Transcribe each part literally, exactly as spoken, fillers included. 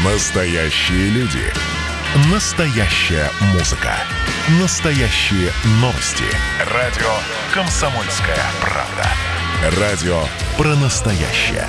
Настоящие люди. Настоящая музыка. Настоящие новости. Радио «Комсомольская правда». Радио про настоящее.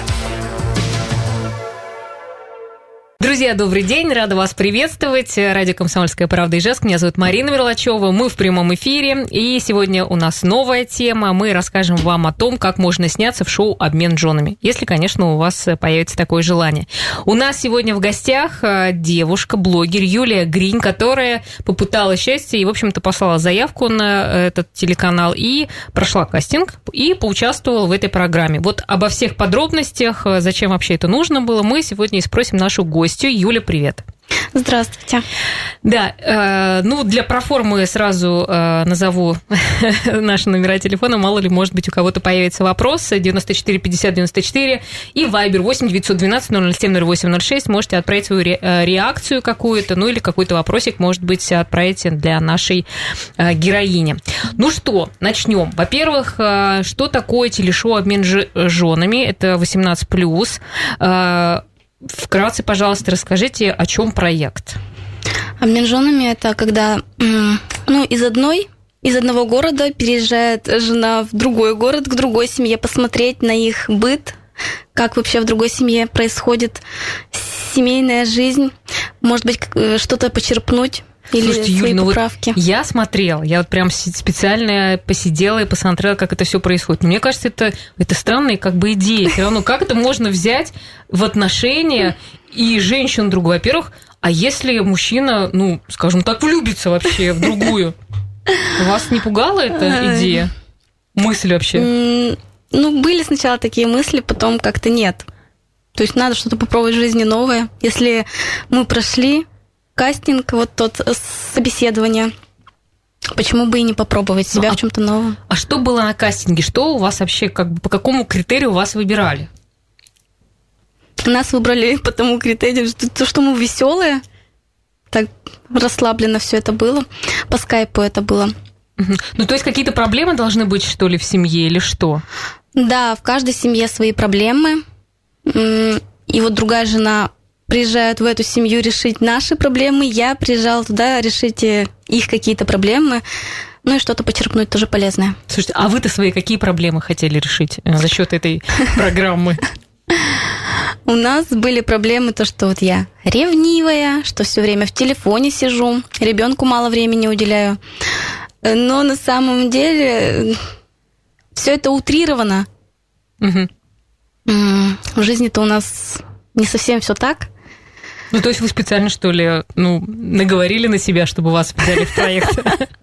Друзья, добрый день, рада вас приветствовать. Радио «Комсомольская правда» Ижевск. Меня зовут Марина Мерлачева, мы в прямом эфире. И сегодня у нас новая тема. Мы расскажем вам о том, как можно сняться в шоу «Обмен женами», если, конечно, у вас появится такое желание. У нас сегодня в гостях девушка, блогер Юлия Гринь, которая попыталась счастья и, в общем-то, послала заявку на этот телеканал и прошла кастинг и поучаствовала в этой программе. Вот обо всех подробностях, зачем вообще это нужно было, мы сегодня и спросим нашу гостью. Юля, привет. Здравствуйте. Да, э, ну, для проформы сразу э, назову наши номера телефона. Мало ли, может быть, у кого-то появится вопрос. девяносто четыре пятьдесят девяносто четыре и Вайбер восемь девятьсот двенадцать ноль ноль семь ноль восемь ноль шесть. Можете отправить свою ре- реакцию какую-то, ну, или какой-то вопросик, может быть, отправите для нашей э, героини. Ну что, начнем. Во-первых, э, что такое телешоу «Обмен ж- женами»? Это восемнадцать плюс. Э, Вкратце, пожалуйста, расскажите, о чем проект. Обмен женами – это когда ну, из одной, из одного города переезжает жена в другой город, к другой семье, посмотреть на их быт, как вообще в другой семье происходит семейная жизнь, может быть, что-то почерпнуть. Или Слушайте, свои Юль, ну поправки. Вот я смотрела, я вот прям специально посидела и посмотрела, как это все происходит. Мне кажется, это, это странная как бы идея. Все равно, как это можно взять в отношения и женщину другую? Во-первых, а если мужчина, ну, скажем так, влюбится вообще в другую? Вас не пугала эта идея? Мысль вообще? Ну, были сначала такие мысли, потом как-то нет. То есть надо что-то попробовать в жизни новое. Если мы прошли кастинг, вот тот собеседование, почему бы и не попробовать себя ну, а, в чем-то новом? А что было на кастинге? Что у вас вообще, как бы, по какому критерию вас выбирали? Нас выбрали по тому критерию, что, что мы веселые, так расслабленно все это было, по скайпу это было. Угу. Ну, то есть какие-то проблемы должны быть, что ли, в семье или что? Да, в каждой семье свои проблемы, и вот другая жена приезжают в эту семью решить наши проблемы, я приезжала туда решить их какие-то проблемы, ну и что-то почерпнуть тоже полезное. Слушайте, а вы-то свои какие проблемы хотели решить за счет этой программы? У нас были проблемы то, что вот я ревнивая, что все время в телефоне сижу, ребенку мало времени уделяю. Но на самом деле все это утрировано. Угу. В жизни-то у нас не совсем все так. Ну, то есть вы специально, что ли, ну, наговорили на себя, чтобы вас взяли в проект?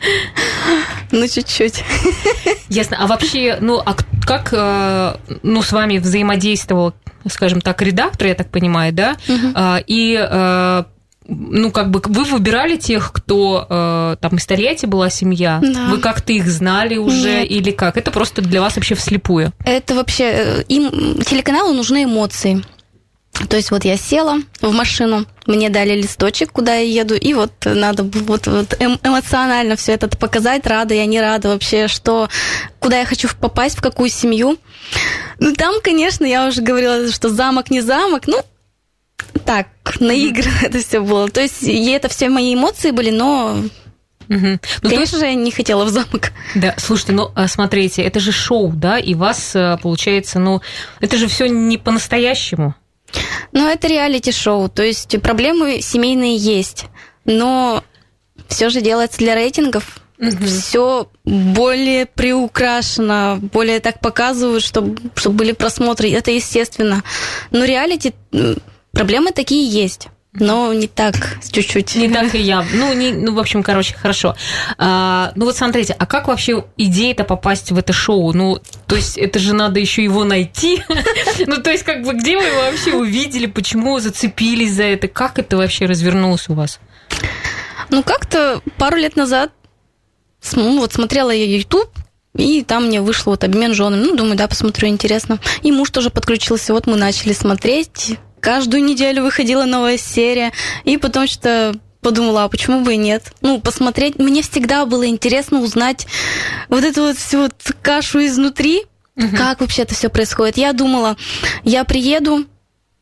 Ну, чуть-чуть. Ясно. А вообще, ну, а как, ну, с вами взаимодействовал, скажем так, редактор, я так понимаю, да? Угу. И, ну, как бы вы выбирали тех, кто, там, из Тольятти была семья? Да. Вы как-то их знали уже? Нет. Или как? Это просто для вас вообще вслепую? Это вообще, им, телеканалу нужны эмоции. То есть вот я села в машину, мне дали листочек, куда я еду, и вот надо вот, вот эмоционально все это показать, рада я, не рада вообще, что, куда я хочу попасть, в какую семью. Ну, там, конечно, я уже говорила, что замок не замок, ну, так, наигранно mm-hmm. это все было. То есть и это все мои эмоции были, но... Угу. Ну, конечно есть... же, я не хотела в замок. Да, слушайте, ну, смотрите, это же шоу, да, и вас, получается, ну, это же все не по-настоящему. Ну, это реалити-шоу, то есть проблемы семейные есть, но все же делается для рейтингов. Угу. Все более приукрашено, более так показывают, чтобы, чтобы были просмотры. Это естественно. Но реалити проблемы такие есть. Но не так, чуть-чуть. Не так и я. Ну, не, ну, в общем, короче, хорошо. А, ну, вот смотрите, а как вообще идея-то попасть в это шоу? Ну, то есть, это же надо еще его найти. Ну, то есть, как бы, где вы его вообще увидели? Почему зацепились за это? Как это вообще развернулось у вас? Ну, как-то пару лет назад вот смотрела я YouTube, и там мне вышло вот «Обмен женами». Ну, думаю, да, посмотрю, интересно. И муж тоже подключился. Вот мы начали смотреть. Каждую неделю выходила новая серия, и потом что-то подумала, а почему бы и нет? Ну, посмотреть. Мне всегда было интересно узнать вот эту вот всю вот кашу изнутри, угу. как вообще это все происходит. Я думала, я приеду,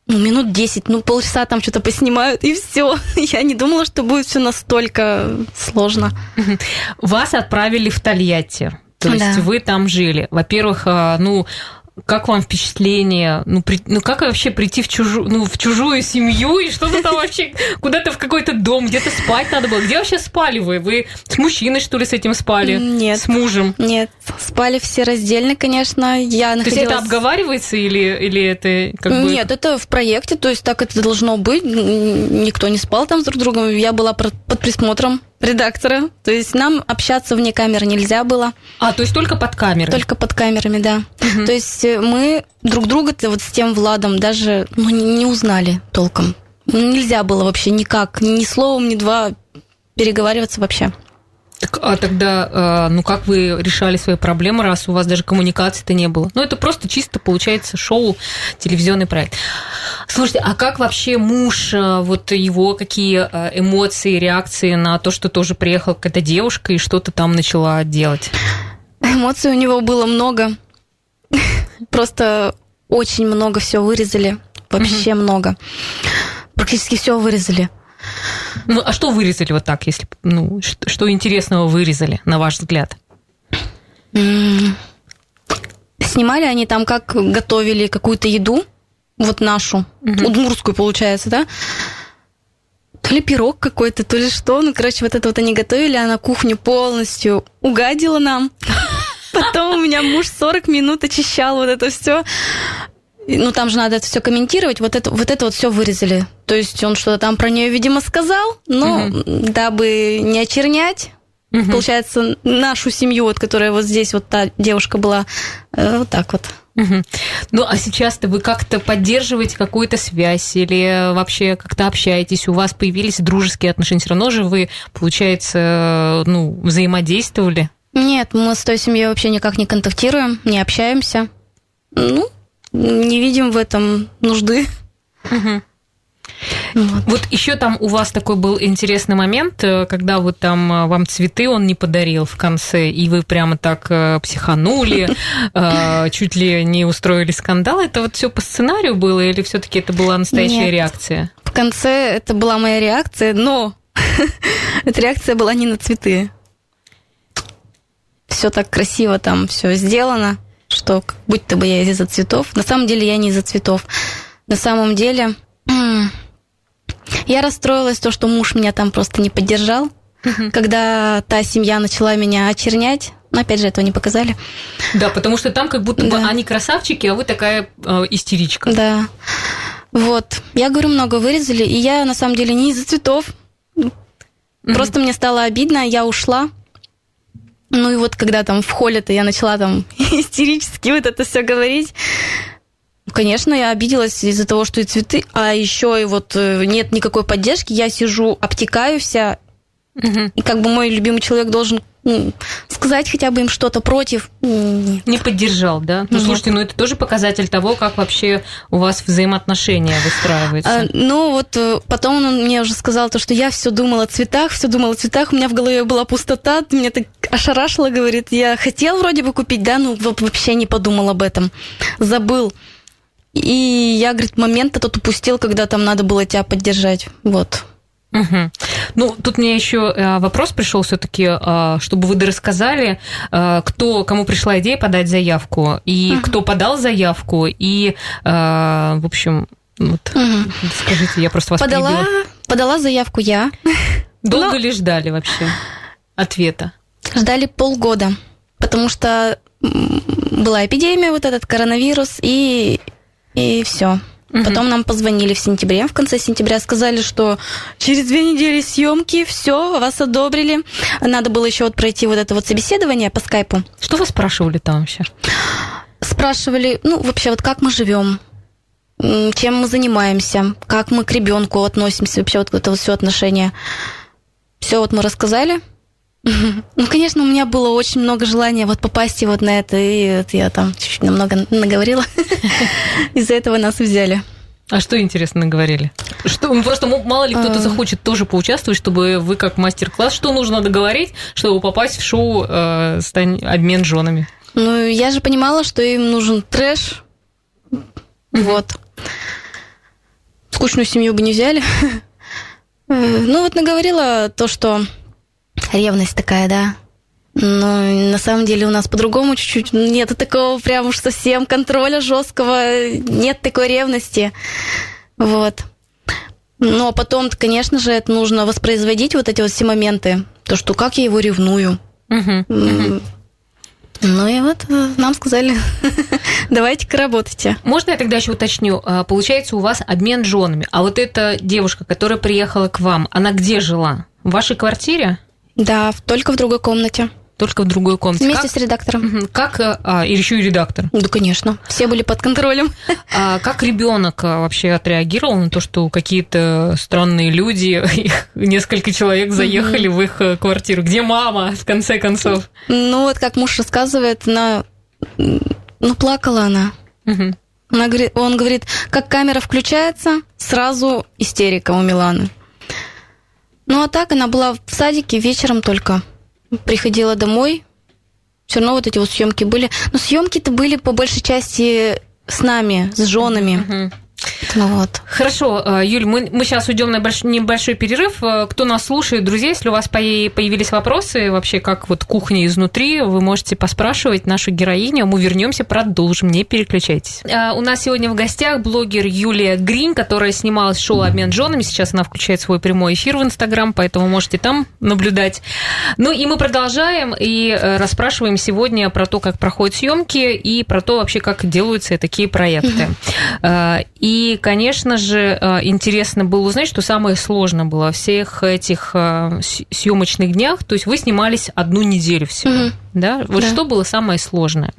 Ну, минут десять, ну, полчаса там что-то поснимают, и все. Я не думала, что будет все настолько сложно. Вас отправили в Тольятти. То есть да. Вы там жили. Во-первых, ну, как вам впечатление? Ну, при, ну как вообще прийти в чужую, ну, в чужую семью и что-то там вообще куда-то в какой-то дом, где-то спать надо было? Где вообще спали вы? Вы с мужчиной, что ли, с этим спали? Нет. С мужем? Нет. Спали все раздельно, конечно. Я находилась... То есть это обговаривается или, или это как бы... Нет, это в проекте, то есть так это должно быть. Никто не спал там с друг другом. Я была под присмотром редактора. То есть нам общаться вне камеры нельзя было. А, то есть только под камерой? Только под камерами, да. Угу. То есть мы друг друга-то вот с тем Владом даже ну, не узнали толком. Нельзя было вообще никак, ни словом, ни два переговариваться вообще. Так, а тогда, ну как вы решали свои проблемы, раз у вас даже коммуникации-то не было? Ну это просто чисто, получается, шоу, телевизионный проект. Слушайте, а как вообще муж, вот его какие эмоции, реакции на то, что тоже приехала какая-то девушка и что-то там начала делать? Эмоций у него было много. Просто очень много всего вырезали. Вообще угу. много. Практически все вырезали. Ну, а что вырезали вот так, если, ну, что, что интересного вырезали, на ваш взгляд? Mm. Снимали они там, как готовили какую-то еду, вот нашу, mm-hmm. удмуртскую, получается, да? То ли пирог какой-то, то ли что. Ну, короче, вот это вот они готовили, а на кухню полностью угадила нам. Потом у меня муж сорок минут очищал вот это все. Ну, там же надо это все комментировать, вот это вот, это вот все вырезали. То есть он что-то там про нее, видимо, сказал, но угу. дабы не очернять, угу. получается, нашу семью, вот, которая вот здесь, вот та девушка была, э, вот так вот. Угу. Ну, а сейчас-то вы как-то поддерживаете какую-то связь или вообще как-то общаетесь? У вас появились дружеские отношения? Все равно же вы, получается, ну, взаимодействовали? Нет, мы с той семьей вообще никак не контактируем, не общаемся. Ну, не видим в этом нужды. Угу. Вот. Вот еще там у вас такой был интересный момент, когда вот там вам цветы он не подарил в конце, и вы прямо так психанули, чуть ли не устроили скандал. Это вот все по сценарию было, или все-таки это была настоящая Нет. реакция? В конце это была моя реакция, но эта реакция была не на цветы. Все так красиво там, все сделано, что как будто бы я из-за цветов. На самом деле я не из-за цветов. На самом деле я расстроилась, то, что муж меня там просто не поддержал. Uh-huh. Когда та семья начала меня очернять, но опять же этого не показали. Да, потому что там как будто да. бы они красавчики, а вы такая э, истеричка. Да. Вот. Я говорю, много вырезали, и я на самом деле не из-за цветов. Uh-huh. Просто мне стало обидно, я ушла. Ну и вот когда там в холле-то я начала там истерически вот это все говорить, конечно, я обиделась из-за того, что и цветы, а еще и вот нет никакой поддержки, я сижу, обтекаю вся, угу. и как бы мой любимый человек должен ну, сказать хотя бы им что-то против. Нет. Не поддержал, да? Ну, Нет. Слушайте, ну это тоже показатель того, как вообще у вас взаимоотношения выстраиваются. А, ну вот потом он мне уже сказал то, что я все думала о цветах, все думала о цветах, у меня в голове была пустота, ты меня так ошарашила, говорит, я хотел вроде бы купить, да, ну вообще не подумал об этом, забыл. И я, говорит, момент этот упустил, когда там надо было тебя поддержать, вот. Угу. Ну, тут мне еще вопрос пришел все-таки, чтобы вы рассказали, кто, кому пришла идея подать заявку, и угу. кто подал заявку, и, в общем, вот, угу. скажите, я просто вас подала, перебила. Подала заявку я. Долго Но... ли ждали вообще ответа? Ждали полгода, потому что была эпидемия, вот этот коронавирус, и, и все. Угу. Потом нам позвонили в сентябре, в конце сентября, сказали, что через две недели съемки, все, вас одобрили. Надо было еще вот пройти вот это вот собеседование по скайпу. Что вы спрашивали там вообще? Спрашивали, ну, вообще, вот как мы живем, чем мы занимаемся, как мы к ребенку относимся, вообще вот это вот все отношения. Все вот мы рассказали. Ну, конечно, у меня было очень много желания вот попасть и вот на это, и вот я там чуть-чуть намного наговорила. Из-за этого нас взяли. А что, интересно, наговорили? Что, просто мало ли кто-то захочет тоже поучаствовать, чтобы вы как мастер-класс, что нужно договорить, чтобы попасть в шоу э, «Стань обмен женами»? Ну, я же понимала, что им нужен трэш. Вот. скучную семью бы не взяли. Ну, вот наговорила то, что ревность такая, да. Но на самом деле у нас по-другому чуть-чуть. Нету такого прям уж совсем контроля жесткого, нет такой ревности. Вот. Но потом, конечно же, это нужно воспроизводить, вот эти вот все моменты. То, что как я его ревную. Uh-huh. Uh-huh. Ну и вот нам сказали, давайте-ка работайте. Можно я тогда еще уточню? Получается, у вас обмен женами. А вот эта девушка, которая приехала к вам, она где жила? В вашей квартире? Да, только в другой комнате. Только в другой комнате. Вместе как? с редактором. Как, а, и еще и редактор. Да, конечно. Все были под контролем. А как ребенок вообще отреагировал на то, что какие-то странные люди, несколько человек заехали в их квартиру? Где мама, в конце концов? Ну, вот как муж рассказывает, она... Ну, плакала она. Угу. Она говорит, он говорит, как камера включается, сразу истерика у Миланы. Ну, а так она была в садике вечером только. Приходила домой, все равно вот эти вот съемки были. Но съемки-то были по большей части с нами, с женами. Uh-huh. Ну, вот. Хорошо, Юль, мы, мы сейчас уйдем на больш... небольшой перерыв. Кто нас слушает, друзья, если у вас появились вопросы, вообще как вот кухня изнутри, вы можете поспрашивать нашу героиню. Мы вернемся, продолжим, не переключайтесь. У нас сегодня в гостях блогер Юлия Грин, которая снималась в шоу «Обмен женами». Сейчас она включает свой прямой эфир в Инстаграм, поэтому можете там наблюдать. Ну и мы продолжаем и расспрашиваем сегодня про то, как проходят съемки и про то вообще, как делаются такие проекты. Mm-hmm. И, конечно же, интересно было узнать, что самое сложное было во всех этих съемочных днях. То есть вы снимались одну неделю всего, mm-hmm. да? Вот да. Что было самое сложное?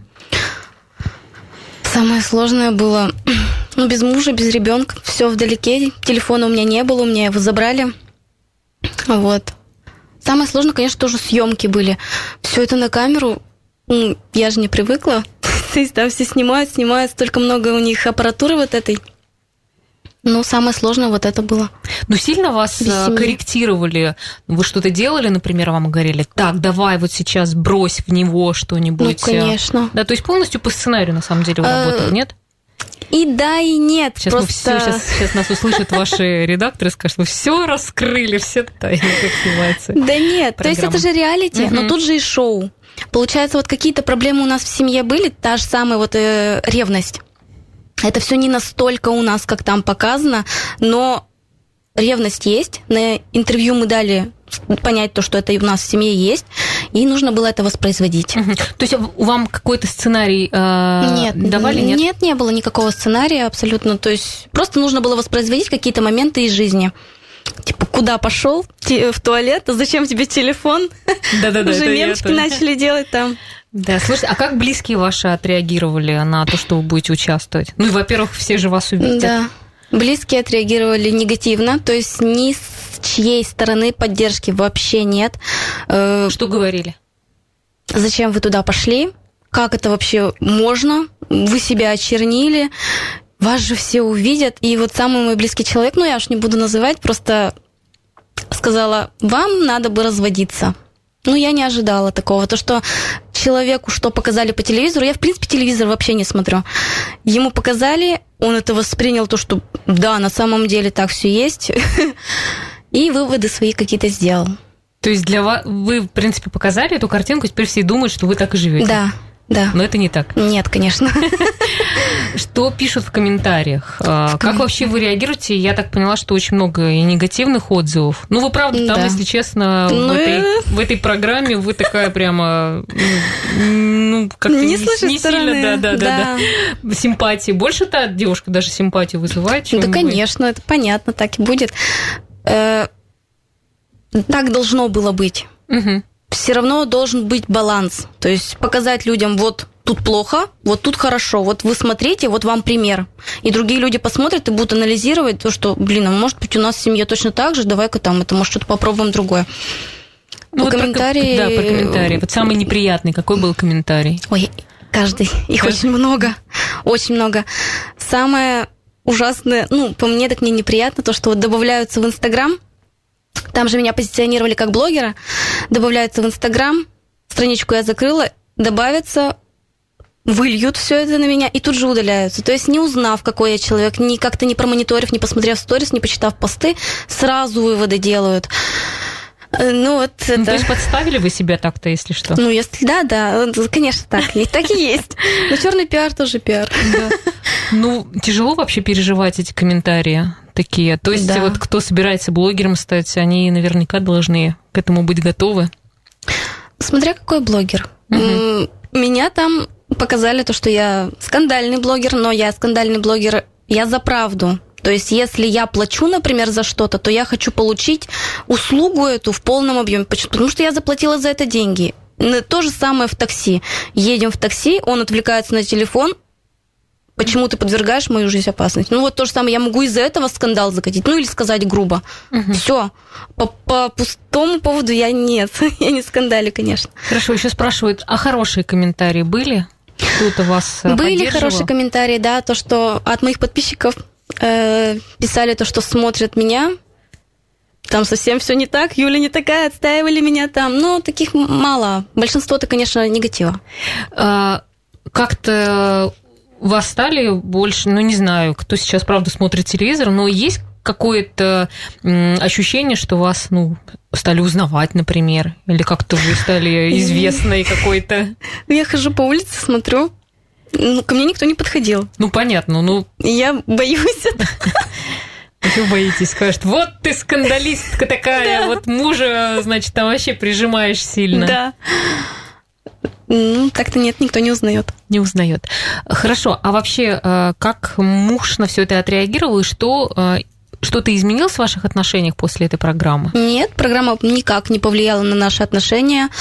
Самое сложное было, ну, без мужа, без ребенка, все вдалеке. Телефона у меня не было, у меня его забрали. Вот. Самое сложное, конечно, тоже съемки были. Все это на камеру. Ну, я же не привыкла. То есть, да, все снимают, снимают, столько много у них аппаратуры вот этой. Ну, самое сложное вот это было. Ну, сильно вас корректировали? Вы что-то делали, например, вам говорили, так, давай вот сейчас брось в него что-нибудь? Ну, конечно. Да, то есть полностью по сценарию, на самом деле, вы работали, нет? И да, и нет. Сейчас, просто... мы все, сейчас, сейчас нас услышат ваши редакторы, скажут, вы все раскрыли, все тайны, как снимается. Да нет, программа. То есть это же реалити, угу. но тут же и шоу. Получается, вот какие-то проблемы у нас в семье были, та же самая вот э, ревность. Это все не настолько у нас, как там показано, но ревность есть. На интервью мы дали понять то, что это у нас в семье есть, и нужно было это воспроизводить. Угу. То есть вам какой-то сценарий э, нет, давали? Нет? Нет, не было никакого сценария абсолютно. То есть просто нужно было воспроизводить какие-то моменты из жизни. Типа, куда пошел? В туалет? А зачем тебе телефон? Да-да-да. Уже мемчики начали делать там. Да, слушайте, а как близкие ваши отреагировали на то, что вы будете участвовать? Ну, и, во-первых, все же вас увидят. Да, близкие отреагировали негативно, то есть ни с чьей стороны поддержки вообще нет. Что говорили? Зачем вы туда пошли? Как это вообще можно? Вы себя очернили, вас же все увидят. И вот самый мой близкий человек, ну, я уж не буду называть, просто сказала, вам надо бы разводиться. Ну, я не ожидала такого. То, что человеку, что показали по телевизору, я, в принципе, телевизор вообще не смотрю. Ему показали, он это воспринял, то, что да, на самом деле так все есть, и выводы свои какие-то сделал. То есть для вас, вы, в принципе, показали эту картинку, теперь все думают, что вы так и живете. Да. Да. Но это не так. Нет, конечно. Что пишут в комментариях? В как вообще вы реагируете? Я так поняла, что очень много и негативных отзывов. Ну, вы правда там, да. если честно, ну, в, этой, в этой программе вы такая прямо, ну, как-то не, не, не сильно, да, да, да, да. Симпатии. Больше та девушка даже симпатию вызывает, чем Да, вы. конечно, это понятно, так и будет. Так должно было быть. Угу. Все равно должен быть баланс. То есть показать людям, вот тут плохо, вот тут хорошо, вот вы смотрите, вот вам пример. И другие люди посмотрят и будут анализировать то, что, блин, а может быть у нас в семье точно так же, давай-ка там, это может что-то попробуем другое. Ну, вот комментарии... Про, да, про комментарии. Вот самый неприятный, какой был комментарий? Ой, каждый. Их каждый? Очень много. Очень много. Самое ужасное, ну, по мне так мне неприятно, то, что вот добавляются в Инстаграм. Там же меня позиционировали как блогера. Добавляются в Инстаграм. Страничку я закрыла. Добавятся выльют все это на меня и тут же удаляются. То есть не узнав, какой я человек, ни как-то не промониторив, не посмотрев сторис, не почитав посты, сразу выводы делают. Ну, вот ну, это... То есть подставили вы себя так-то, если что? Ну, если да, да, конечно, так, так и есть. Но черный пиар тоже пиар. Да. Ну, тяжело вообще переживать эти комментарии такие. То есть да. Вот кто собирается блогером стать, они наверняка должны к этому быть готовы. Смотря какой блогер. Угу. Меня там показали то, что я скандальный блогер, но я скандальный блогер, я за правду. То есть, если я плачу, например, за что-то, то я хочу получить услугу эту в полном объеме, потому что я заплатила за это деньги. То же самое в такси. Едем в такси, он отвлекается на телефон. Почему ты подвергаешь мою жизнь опасности? Ну, вот то же самое, я могу из-за этого скандал закатить, ну, или сказать грубо. Угу. Все. По, по пустому поводу я нет, я не скандалю, конечно. Хорошо, еще спрашивают, а хорошие комментарии были? Кто-то вас Были хорошие комментарии, да, то, что от моих подписчиков э, писали то, что смотрят меня, там совсем все не так, Юля не такая, отстаивали меня там, но таких мало. Большинство-то, конечно, негатива. А, как-то вас стали больше, ну, не знаю, кто сейчас, правда, смотрит телевизор, но есть какое-то ощущение, что вас, ну, стали узнавать, например, или как-то вы стали известной какой-то? Я хожу по улице, смотрю, ну, ко мне никто не подходил. Ну, понятно, ну... Я боюсь это. Вы боитесь, скажет, вот ты скандалистка такая, вот мужа, значит, там вообще прижимаешь сильно. Да. Ну, так-то нет, никто не узнает. Не узнает. Хорошо, а вообще, как муж на все это отреагировал, и что... Что-то изменилось в ваших отношениях после этой программы? Нет, программа никак не повлияла на наши отношения.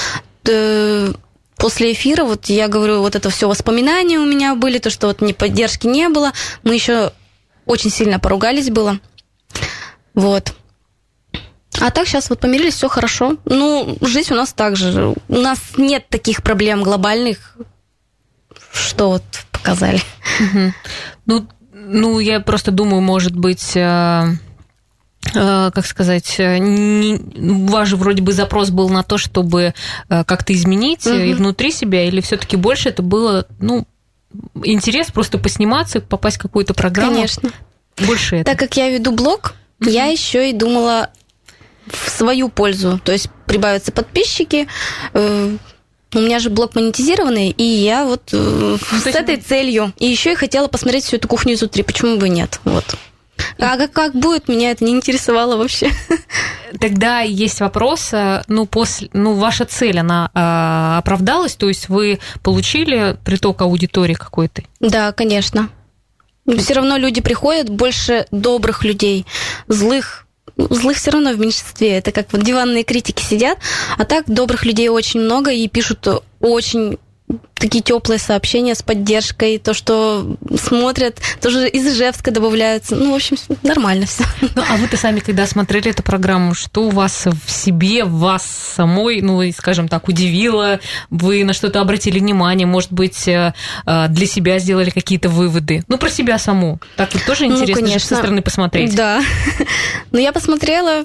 После эфира, вот я говорю, вот это все воспоминания у меня были, то, что вот ни поддержки не было. Мы еще очень сильно поругались было. Вот. А так сейчас вот помирились, все хорошо. Ну, жизнь у нас так же. У нас нет таких проблем глобальных, что вот показали. Угу. Ну, Ну, я просто думаю, может быть, э, э, как сказать, не, у вас же вроде бы запрос был на то, чтобы э, как-то изменить угу. и внутри себя, или все-таки больше это было, ну, интерес просто посниматься, попасть в какую-то программу? Конечно. Больше это. Так как я веду блог, угу. я еще и думала в свою пользу, то есть прибавятся подписчики. Э, У меня же блог монетизированный, и я вот э, с этой целью. И еще и хотела посмотреть всю эту кухню изнутри. Почему бы нет? Вот. А как, как будет, меня это не интересовало вообще. Тогда есть вопрос, ну, после, ну, ваша цель, она э, оправдалась? То есть вы получили приток аудитории какой-то? Да, конечно. Все равно люди приходят, больше добрых людей, злых. Злых все равно в меньшинстве. Это как вот диванные критики сидят. А так добрых людей очень много и пишут очень такие теплые сообщения с поддержкой. То, что смотрят, тоже из Ижевска добавляются. Ну, в общем, нормально все. Ну, а вы-то сами, когда смотрели эту программу, что у вас в себе, в вас самой, ну, скажем так, удивило? Вы на что-то обратили внимание? Может быть, для себя сделали какие-то выводы? Ну, про себя саму. Так вот тоже интересно, ну, же со стороны посмотреть. Да. Ну, я посмотрела,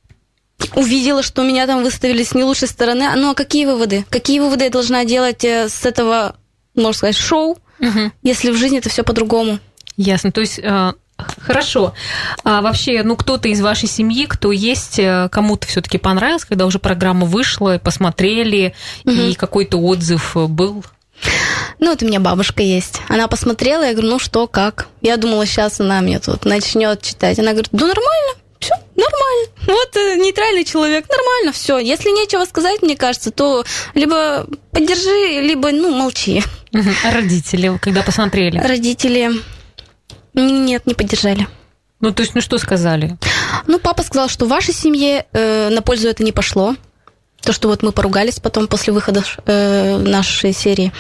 увидела, что меня там выставили с не лучшей стороны. Ну, а какие выводы? Какие выводы я должна делать с этого, можно сказать, шоу, угу. если в жизни это все по-другому? Ясно. То есть, э, хорошо. А вообще, ну, кто-то из вашей семьи, кто есть, кому-то все-таки понравилось, когда уже программа вышла, посмотрели, угу. и какой-то отзыв был? Ну, вот у меня бабушка есть. Она посмотрела, я говорю, ну что, как? Я думала, сейчас она мне тут начнет читать. Она говорит, да нормально. Все нормально. Вот нейтральный человек, нормально, все. Если нечего сказать, мне кажется, то либо поддержи, либо, ну, молчи. А родители, когда посмотрели? Родители, нет, не поддержали. Ну, то есть, ну, что сказали? Ну, папа сказал, что в вашей семье э, на пользу это не пошло. То, что вот мы поругались потом после выхода э, нашей серии.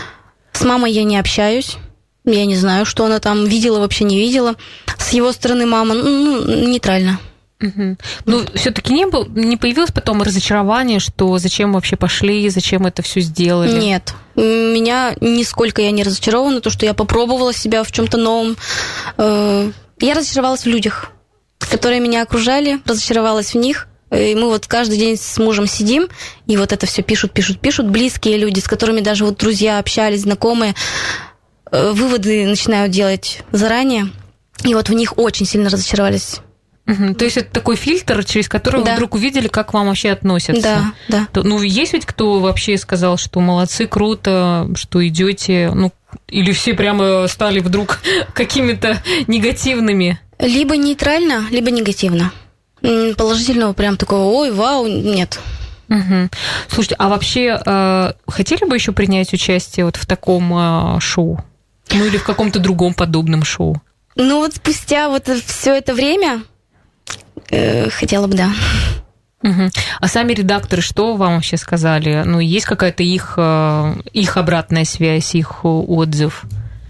С мамой я не общаюсь. Я не знаю, что она там видела, вообще не видела. С его стороны мама, ну, нейтрально. Угу. Ну, все-таки не, был, не появилось потом разочарование, что зачем вообще пошли, зачем это все сделали? Нет. Меня нисколько я не разочарована, то, что я попробовала себя в чем-то новом. Я разочаровалась в людях, которые меня окружали, разочаровалась в них. И мы вот каждый день с мужем сидим, и вот это все пишут, пишут, пишут. Близкие люди, с которыми даже вот друзья общались, знакомые, выводы начинают делать заранее. И вот в них очень сильно разочаровались. Угу. То есть это такой фильтр, через который да. вы вдруг увидели, как к вам вообще относятся. Да, да. То, ну, есть ведь кто вообще сказал, что молодцы, круто, что идете, ну, или все прямо стали вдруг какими-то негативными? Либо нейтрально, либо негативно. Положительного прям такого, ой, вау, нет. Угу. Слушайте, а вообще э, хотели бы еще принять участие вот в таком э, шоу? Ну, или в каком-то другом подобном шоу? Ну, вот спустя вот все это время э, хотела бы, да. Угу. А сами редакторы что вам вообще сказали? Ну, есть какая-то их, э, их обратная связь, их отзыв?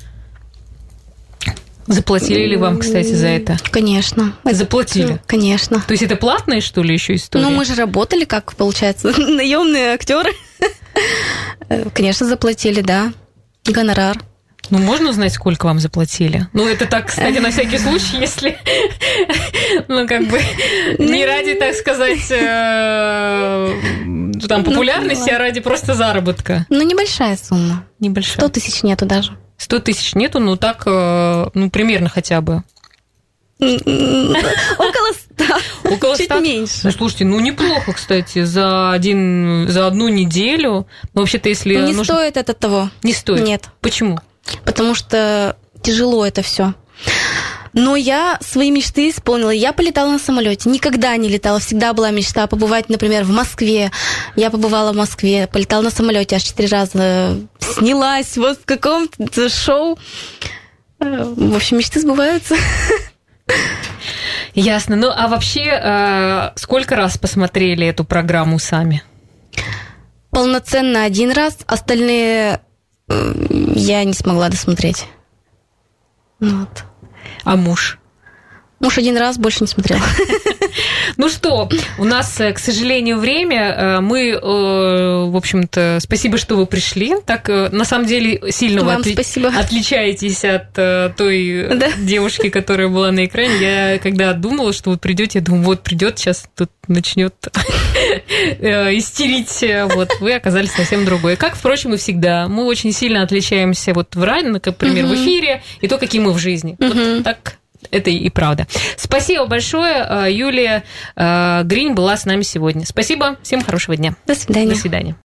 Заплатили ли вам, кстати, за это? Конечно. Заплатили? Конечно. То есть это платная, что ли, еще история? Ну, мы же работали, как получается, наемные актеры. Конечно, заплатили, да. Гонорар. Ну, можно узнать, сколько вам заплатили? Ну, это так, кстати, на всякий случай, если, ну, как бы, не ради, так сказать, там, популярности, а ради просто заработка. Ну, небольшая сумма. Небольшая. Сто тысяч нету даже. Сто тысяч нету, ну, так, ну, примерно хотя бы. Около ста. Около Чуть ста? меньше. Ну, слушайте, ну, неплохо, кстати, за, один, за одну неделю. Но вообще-то, если... Не нужно... стоит это того. Не стоит? Нет. Почему? Потому что тяжело это все. Но я свои мечты исполнила. Я полетала на самолете. Никогда не летала. Всегда была мечта побывать, например, в Москве. Я побывала в Москве, полетала на самолете аж четыре раза. Снялась вот в каком-то шоу. В общем, мечты сбываются. Ясно. Ну, а вообще, сколько раз посмотрели эту программу сами? Полноценно один раз. Остальные я не смогла досмотреть. Вот. А муж? Муж один раз, больше не смотрел. Ну что, у нас, к сожалению, время. Мы, в общем-то, спасибо, что вы пришли. Так, на самом деле, сильно Вам вы спасибо. отличаетесь от той да. девушки, которая была на экране. Я когда думала, что вы придете, я думаю, вот придет сейчас, тут начнет истерить. Вот, вы оказались совсем другой. Как, впрочем, и всегда. Мы очень сильно отличаемся вот в радио, например, в эфире, и то, какие мы в жизни. Вот так. Это и правда. Спасибо большое. Юлия Гринь была с нами сегодня. Спасибо. Всем хорошего дня. До свидания. До свидания.